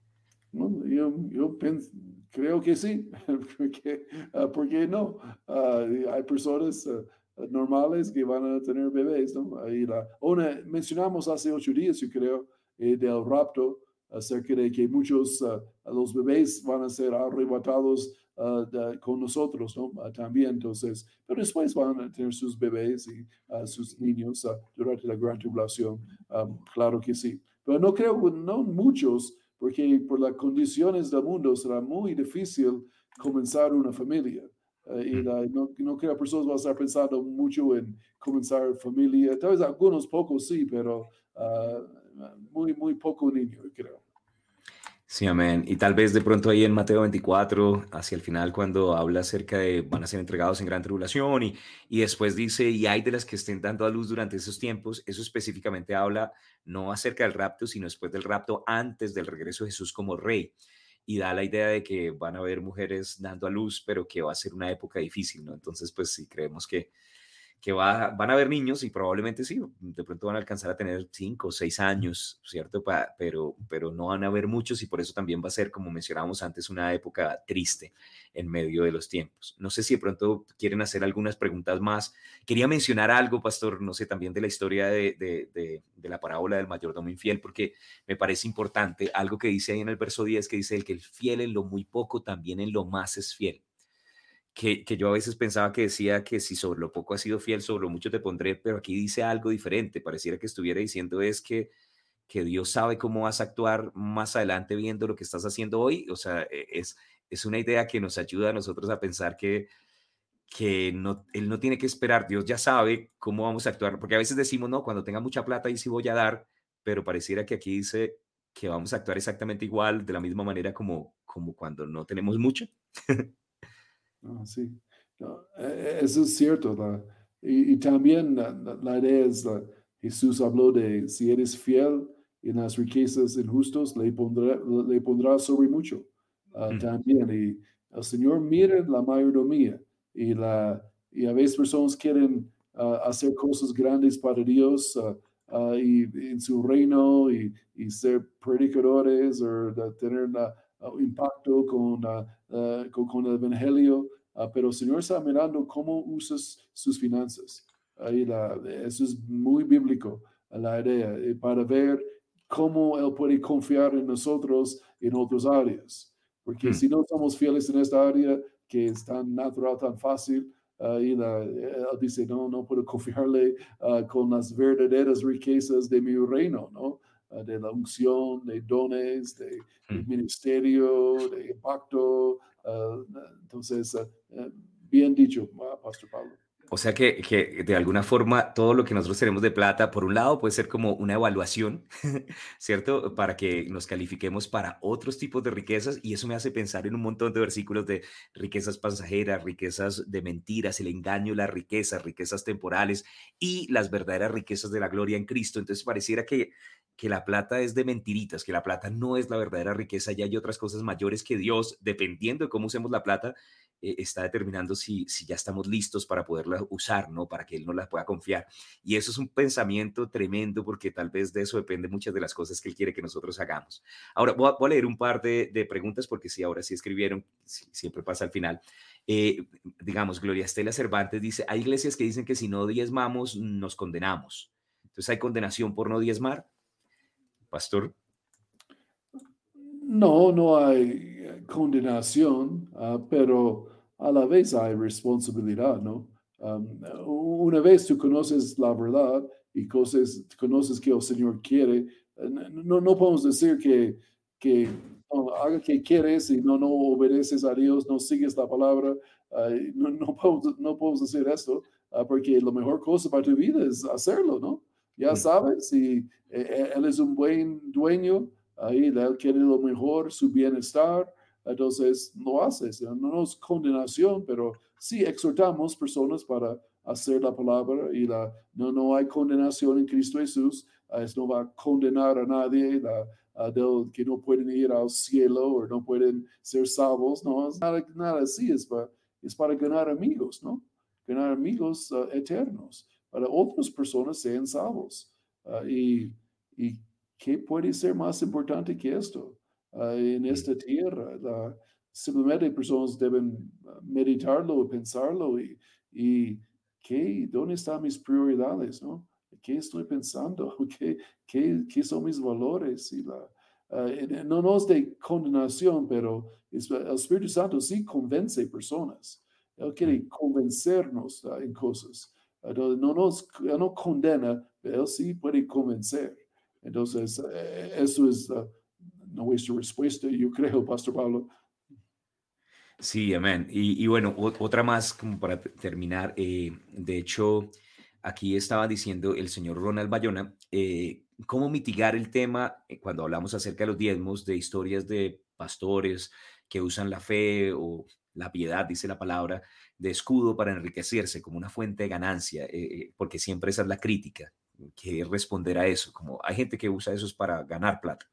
Bueno, yo, yo pens- creo que sí, porque, uh, ¿por qué no? Uh, hay personas uh, normales que van a tener bebés, ¿no? Ahí la, una, mencionamos hace ocho días, yo creo, eh, del rapto, acerca de que muchos, uh, los bebés van a ser arrebatados uh, de, con nosotros, ¿no? Uh, también, entonces, pero después van a tener sus bebés y uh, sus niños uh, durante la gran tribulación, um, claro que sí. Pero no creo, no muchos, porque por las condiciones del mundo será muy difícil comenzar una familia. Uh, y la, no, no creo que personas van a estar pensando mucho en comenzar familia. Tal vez algunos pocos sí, pero uh, muy, muy poco niño, creo. Sí, amén. Y tal vez de pronto ahí en Mateo veinticuatro, hacia el final, cuando habla acerca de van a ser entregados en gran tribulación y, y después dice, y hay de las que estén dando a luz durante esos tiempos, eso específicamente habla no acerca del rapto, sino después del rapto, antes del regreso de Jesús como rey. Y da la idea de que van a haber mujeres dando a luz, pero que va a ser una época difícil, ¿no? Entonces, pues sí, creemos que que va, van a haber niños y probablemente sí, de pronto van a alcanzar a tener cinco o seis años, ¿cierto? Pa, pero, pero no van a haber muchos y por eso también va a ser, como mencionábamos antes, una época triste en medio de los tiempos. No sé si de pronto quieren hacer algunas preguntas más. Quería mencionar algo, pastor, no sé, también de la historia de, de, de, de la parábola del mayordomo infiel, porque me parece importante algo que dice ahí en el verso diez, que dice, el que el fiel en lo muy poco, también en lo más es fiel. Que, que yo a veces pensaba que decía que si sobre lo poco has sido fiel, sobre lo mucho te pondré, pero aquí dice algo diferente. Pareciera que estuviera diciendo es que, que Dios sabe cómo vas a actuar más adelante viendo lo que estás haciendo hoy. O sea, e- es, es una idea que nos ayuda a nosotros a pensar que, que no, Él no tiene que esperar. Dios ya sabe cómo vamos a actuar, porque a veces decimos, no, cuando tenga mucha plata ahí sí voy a dar, pero pareciera que aquí dice que vamos a actuar exactamente igual, de la misma manera como, como cuando no tenemos mucho. Ah, sí, no, eh, eso es cierto. La, y, y, también la, la, la idea es, la, Jesús habló de si eres fiel en las riquezas injustos, le pondrá, le pondrá sobre mucho. Uh, también, y el Señor mira la mayordomía y, la, y a veces personas quieren uh, hacer cosas grandes para Dios uh, uh, y, y en su reino y, y ser predicadores o tener un impacto con uh, uh, con, con, el Evangelio, uh, pero el Señor está mirando cómo usas sus finanzas. Ahí la, eso es muy bíblico, la idea, eh, para ver cómo Él puede confiar en nosotros en otras áreas. Porque si no somos fieles en esta área, que es tan natural, tan fácil, uh, y la, Él dice, no, no puedo confiarle uh, con las verdaderas riquezas de mi reino, ¿no? uh, de la unción, de dones, de, de Mm. ministerio, de impacto. Uh, entonces, uh, uh, bien dicho, uh, Pastor Pablo. O sea que, que de alguna forma todo lo que nosotros tenemos de plata, por un lado, puede ser como una evaluación, ¿cierto? Para que nos califiquemos para otros tipos de riquezas y eso me hace pensar en un montón de versículos de riquezas pasajeras, riquezas de mentiras, el engaño, las riquezas, riquezas temporales y las verdaderas riquezas de la gloria en Cristo. Entonces pareciera que, que la plata es de mentiritas, que la plata no es la verdadera riqueza, ya hay otras cosas mayores que Dios, dependiendo de cómo usemos la plata, eh, está determinando si, si ya estamos listos para poderla usar, ¿no? Para que Él nos la pueda confiar. Y eso es un pensamiento tremendo porque tal vez de eso depende muchas de las cosas que Él quiere que nosotros hagamos. Ahora, voy a, voy a leer un par de, de preguntas porque sí, ahora sí escribieron, sí, siempre pasa al final. Eh, digamos, Gloria Estela Cervantes dice, hay iglesias que dicen que si no diezmamos, nos condenamos. Entonces, ¿hay condenación por no diezmar? Pastor. No, no hay condenación, uh, pero a la vez hay responsabilidad, ¿no? Um, una vez tú conoces la verdad y cosas, conoces que el Señor quiere, no, no podemos decir que, que no, haga que quieres y no, no obedeces a Dios, no sigues la palabra. Uh, no, no, podemos, no podemos decir esto, uh, porque la mejor cosa para tu vida es hacerlo, ¿no? Ya Mm, sabes, y eh, Él es un buen dueño. Ahí Él quiere lo mejor, su bienestar, entonces lo haces. No, no es condenación, pero sí exhortamos personas para hacer la palabra y la, no, no hay condenación en Cristo Jesús. Uh, no va a condenar a nadie la, uh, del, que no pueden ir al cielo o no pueden ser salvos. No, es nada, nada así, es para, es para ganar amigos, ¿no? Ganar amigos uh, eternos, para otras personas sean salvos. Uh, y, y ¿qué puede ser más importante que esto uh, en mm. esta tierra? La, simplemente personas deben meditarlo, pensarlo y, y ¿qué, ¿dónde están mis prioridades? ¿No? ¿Qué estoy pensando? ¿Qué, qué, qué son mis valores? Y la, uh, no, no es de condenación, pero es, el Espíritu Santo sí convence personas. Él quiere convencernos uh, en cosas. Uh, no nos no condena, pero él sí puede convencer. Entonces, eh, eso es uh, nuestra respuesta, yo creo, Pastor Pablo. Sí, amén. Y, y bueno, o- otra más como para t- terminar. Eh, de hecho, aquí estaba diciendo el señor Ronald Bayona, eh, cómo mitigar el tema eh, cuando hablamos acerca de los diezmos, de historias de pastores que usan la fe o la piedad, dice la palabra, de escudo para enriquecerse como una fuente de ganancia, eh, eh, porque siempre esa es la crítica, que responder a eso, como hay gente que usa eso para ganar plata.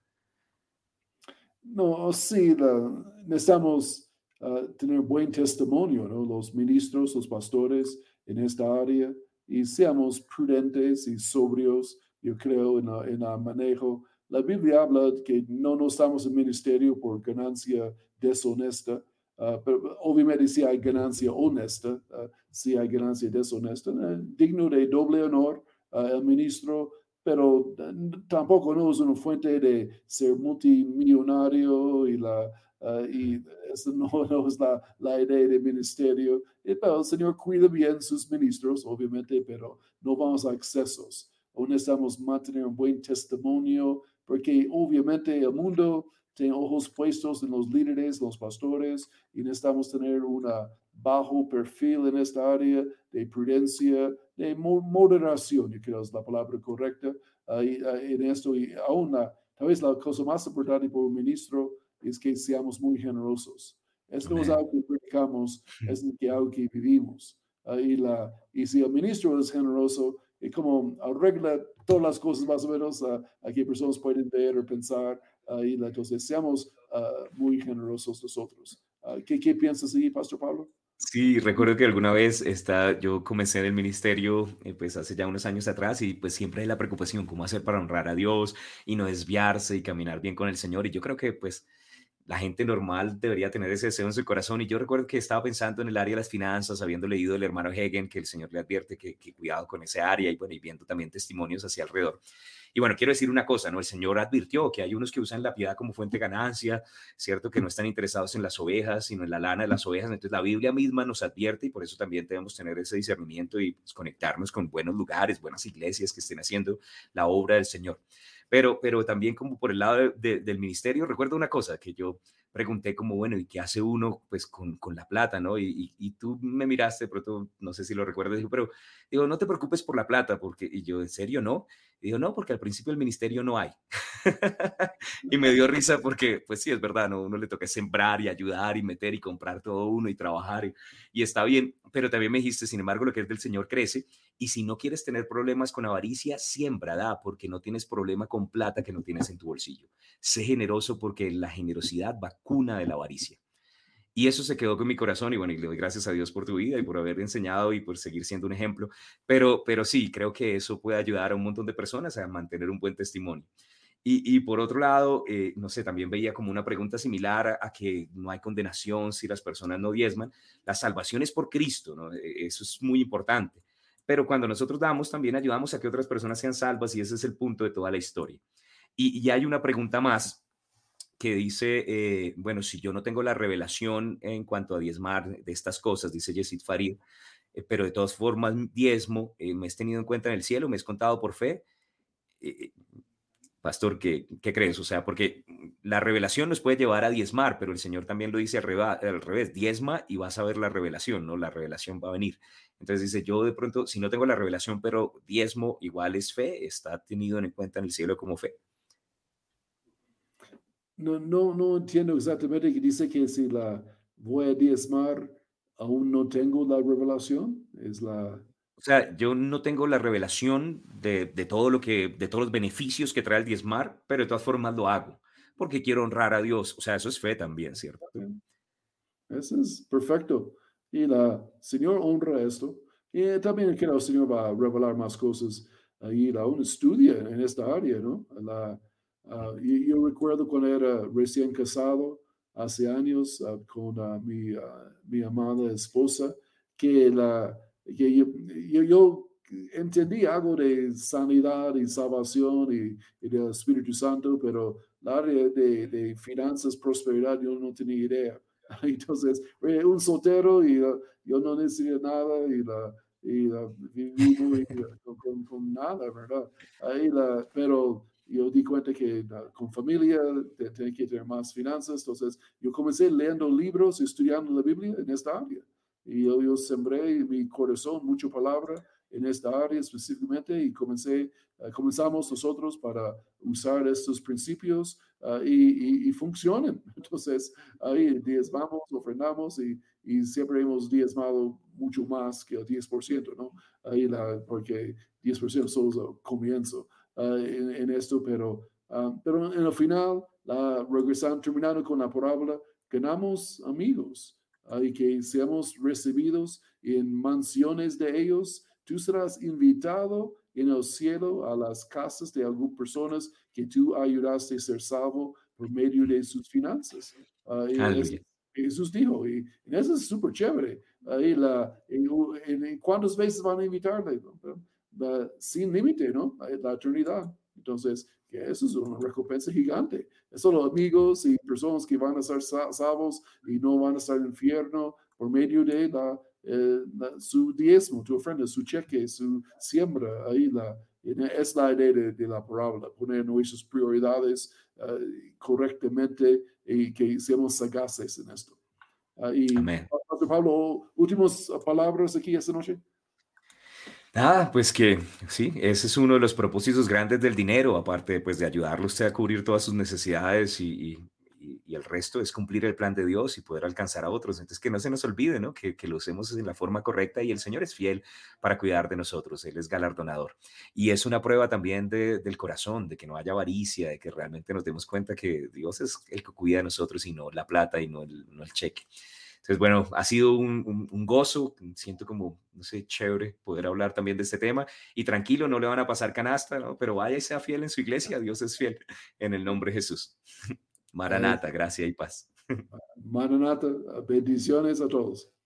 No, sí, la, necesitamos uh, tener buen testimonio, ¿no? Los ministros, los pastores en esta área, y seamos prudentes y sobrios, yo creo, en la, en la manejo. La Biblia habla que no nos estamos en ministerio por ganancia deshonesta, uh, pero obviamente si hay ganancia honesta, uh, si hay ganancia deshonesta, uh, digno de doble honor, uh, el ministro, pero tampoco no es una fuente de ser multimillonario y la uh, y eso no, no es la, la idea de ministerio. Y, pero el Señor cuida bien sus ministros, obviamente, pero no vamos a excesos. Aún necesitamos mantener un buen testimonio, porque obviamente el mundo tiene ojos puestos en los líderes, los pastores, y necesitamos tener un bajo perfil en esta área de prudencia, de moderación, yo creo es la palabra correcta uh, en esto. Y aún la, tal vez la cosa más importante por un ministro es que seamos muy generosos. Eso no es Amén. algo que predicamos, es algo que vivimos. Uh, y, la, y si el ministro es generoso, y como arregla todas las cosas más o menos uh, a que personas pueden ver o pensar, uh, y la, entonces seamos uh, muy generosos nosotros. Uh, ¿qué, ¿Qué piensas ahí, Pastor Pablo? Sí, recuerdo que alguna vez está, yo comencé en el ministerio, eh, pues hace ya unos años atrás, y pues siempre hay la preocupación, cómo hacer para honrar a Dios y no desviarse y caminar bien con el Señor. Y yo creo que pues la gente normal debería tener ese deseo en su corazón. Y yo recuerdo que estaba pensando en el área de las finanzas, habiendo leído del hermano Hegen, que el Señor le advierte que, que cuidado con ese área, y bueno, y viendo también testimonios hacia alrededor. Y bueno, quiero decir una cosa, ¿no? El Señor advirtió que hay unos que usan la piedad como fuente de ganancia, ¿cierto? Que no están interesados en las ovejas, sino en la lana de las ovejas. Entonces la Biblia misma nos advierte y por eso también debemos tener ese discernimiento y pues, conectarnos con buenos lugares, buenas iglesias que estén haciendo la obra del Señor. Pero, pero también como por el lado de- de- del ministerio, recuerdo una cosa que yo pregunté como, bueno, ¿y qué hace uno pues con, con la plata, no? Y, y, y tú me miraste, pero tú, no sé si lo recuerdas, dijo, pero digo, no te preocupes por la plata, porque, y yo, ¿en serio no? Y digo, no, porque al principio del ministerio no hay. Y me dio risa porque, pues sí, es verdad, ¿no? Uno le toca sembrar y ayudar y meter y comprar todo uno y trabajar y, y está bien, pero también me dijiste, sin embargo, lo que es del Señor crece y si no quieres tener problemas con avaricia, siembra, da, porque no tienes problema con plata que no tienes en tu bolsillo. Sé generoso porque la generosidad vacuna de la avaricia. Y eso se quedó con mi corazón y bueno, y le doy gracias a Dios por tu vida y por haber enseñado y por seguir siendo un ejemplo. Pero, pero sí, creo que eso puede ayudar a un montón de personas a mantener un buen testimonio. Y, y por otro lado, eh, no sé, también veía como una pregunta similar a, a que no hay condenación si las personas no diezman. La salvación es por Cristo, ¿no? Eh, Eso es muy importante. Pero cuando nosotros damos, también ayudamos a que otras personas sean salvas y ese es el punto de toda la historia. Y, y hay una pregunta más que dice, eh, bueno, si yo no tengo la revelación en cuanto a diezmar de estas cosas, dice Yesid Farid, eh, pero de todas formas diezmo, eh, me es tenido en cuenta en el cielo, me es contado por fe. Eh, Pastor, ¿qué, ¿qué crees? O sea, porque la revelación nos puede llevar a diezmar, pero el Señor también lo dice al, reva, al revés, diezma y vas a ver la revelación, ¿no? La revelación va a venir. Entonces dice, yo de pronto, si no tengo la revelación, pero diezmo igual es fe, está tenido en cuenta en el cielo como fe. No, no, no entiendo exactamente que dice que si la voy a diezmar, aún no tengo la revelación. Es la... O sea, yo no tengo la revelación de, de todo lo que, de todos los beneficios que trae el diezmar, pero de todas formas lo hago, porque quiero honrar a Dios. O sea, eso es fe también, ¿cierto? Eso es perfecto. Y la Señor honra esto. Y también que el Señor va a revelar más cosas. Ahí la uno estudia en esta área, ¿no? La, ah, y- yo, recuerdo cuando era recién casado, hace años, ah, con ah, mi, ah, mi amada esposa, que, la, que yo, yo, yo entendí algo de sanidad y salvación y, y del Espíritu Santo, pero la área de, de finanzas, prosperidad, yo no tenía idea. Entonces, eh, un soltero y uh, yo no necesito nada y, la, y la, viví muy uh, con, con, nada, ¿verdad? Ahí la, pero yo di cuenta que uh, con familia tenía que tener más finanzas, entonces yo comencé leyendo libros, estudiando la Biblia en esta área. Y yo, yo sembré en mi corazón mucha palabra en esta área específicamente y comencé, uh, comenzamos nosotros para usar estos principios uh, y, y, y funcionan. Entonces, ahí diezmamos, ofrendamos y, y siempre hemos diezmado mucho más que el diez por ciento, ¿no? Ahí la, porque diez por ciento solo es el comienzo uh, en, en, esto, pero, um, pero en el final, la, regresando, terminando con la parábola, ganamos amigos uh, y que seamos recibidos en mansiones de ellos. Tú serás invitado en el cielo a las casas de algunas personas que tú ayudaste a ser salvo por medio de sus finanzas. Uh, es, Aleluya. Jesús dijo, y, y eso es súper chévere. Ahí la, y, y, ¿cuántas veces van a invitarle? Uh, sin límite, ¿no? La eternidad. Entonces, que eso es una recompensa gigante. Es solo amigos y personas que van a ser salvos y no van a estar en el infierno por medio de la, eh, la, su diezmo, tu ofrenda, su cheque, su siembra. Ahí la, es la idea de, de la parábola, poner nuestras prioridades uh, correctamente y que seamos sagaces en esto. Uh, y, Amén. Pastor Pablo, últimas palabras aquí esta noche. Ah, pues que sí, ese es uno de los propósitos grandes del dinero, aparte pues de ayudarlo usted a cubrir todas sus necesidades y, y- y- y el resto es cumplir el plan de Dios y poder alcanzar a otros. Entonces que no se nos olvide, ¿no? Que, que lo hacemos en la forma correcta y el Señor es fiel para cuidar de nosotros, Él es galardonador. Y es una prueba también de- del corazón, de que no haya avaricia, de que realmente nos demos cuenta que Dios es el que cuida de nosotros y no la plata y no el, no el cheque. Entonces, bueno, ha sido un, un, un, gozo, siento como, no sé, chévere poder hablar también de este tema y tranquilo, no le van a pasar canasta, ¿no? Pero vaya y sea fiel en su iglesia, Dios es fiel en el nombre de Jesús. Uh, Maranata, gracia y paz. Maranata, bendiciones a todos.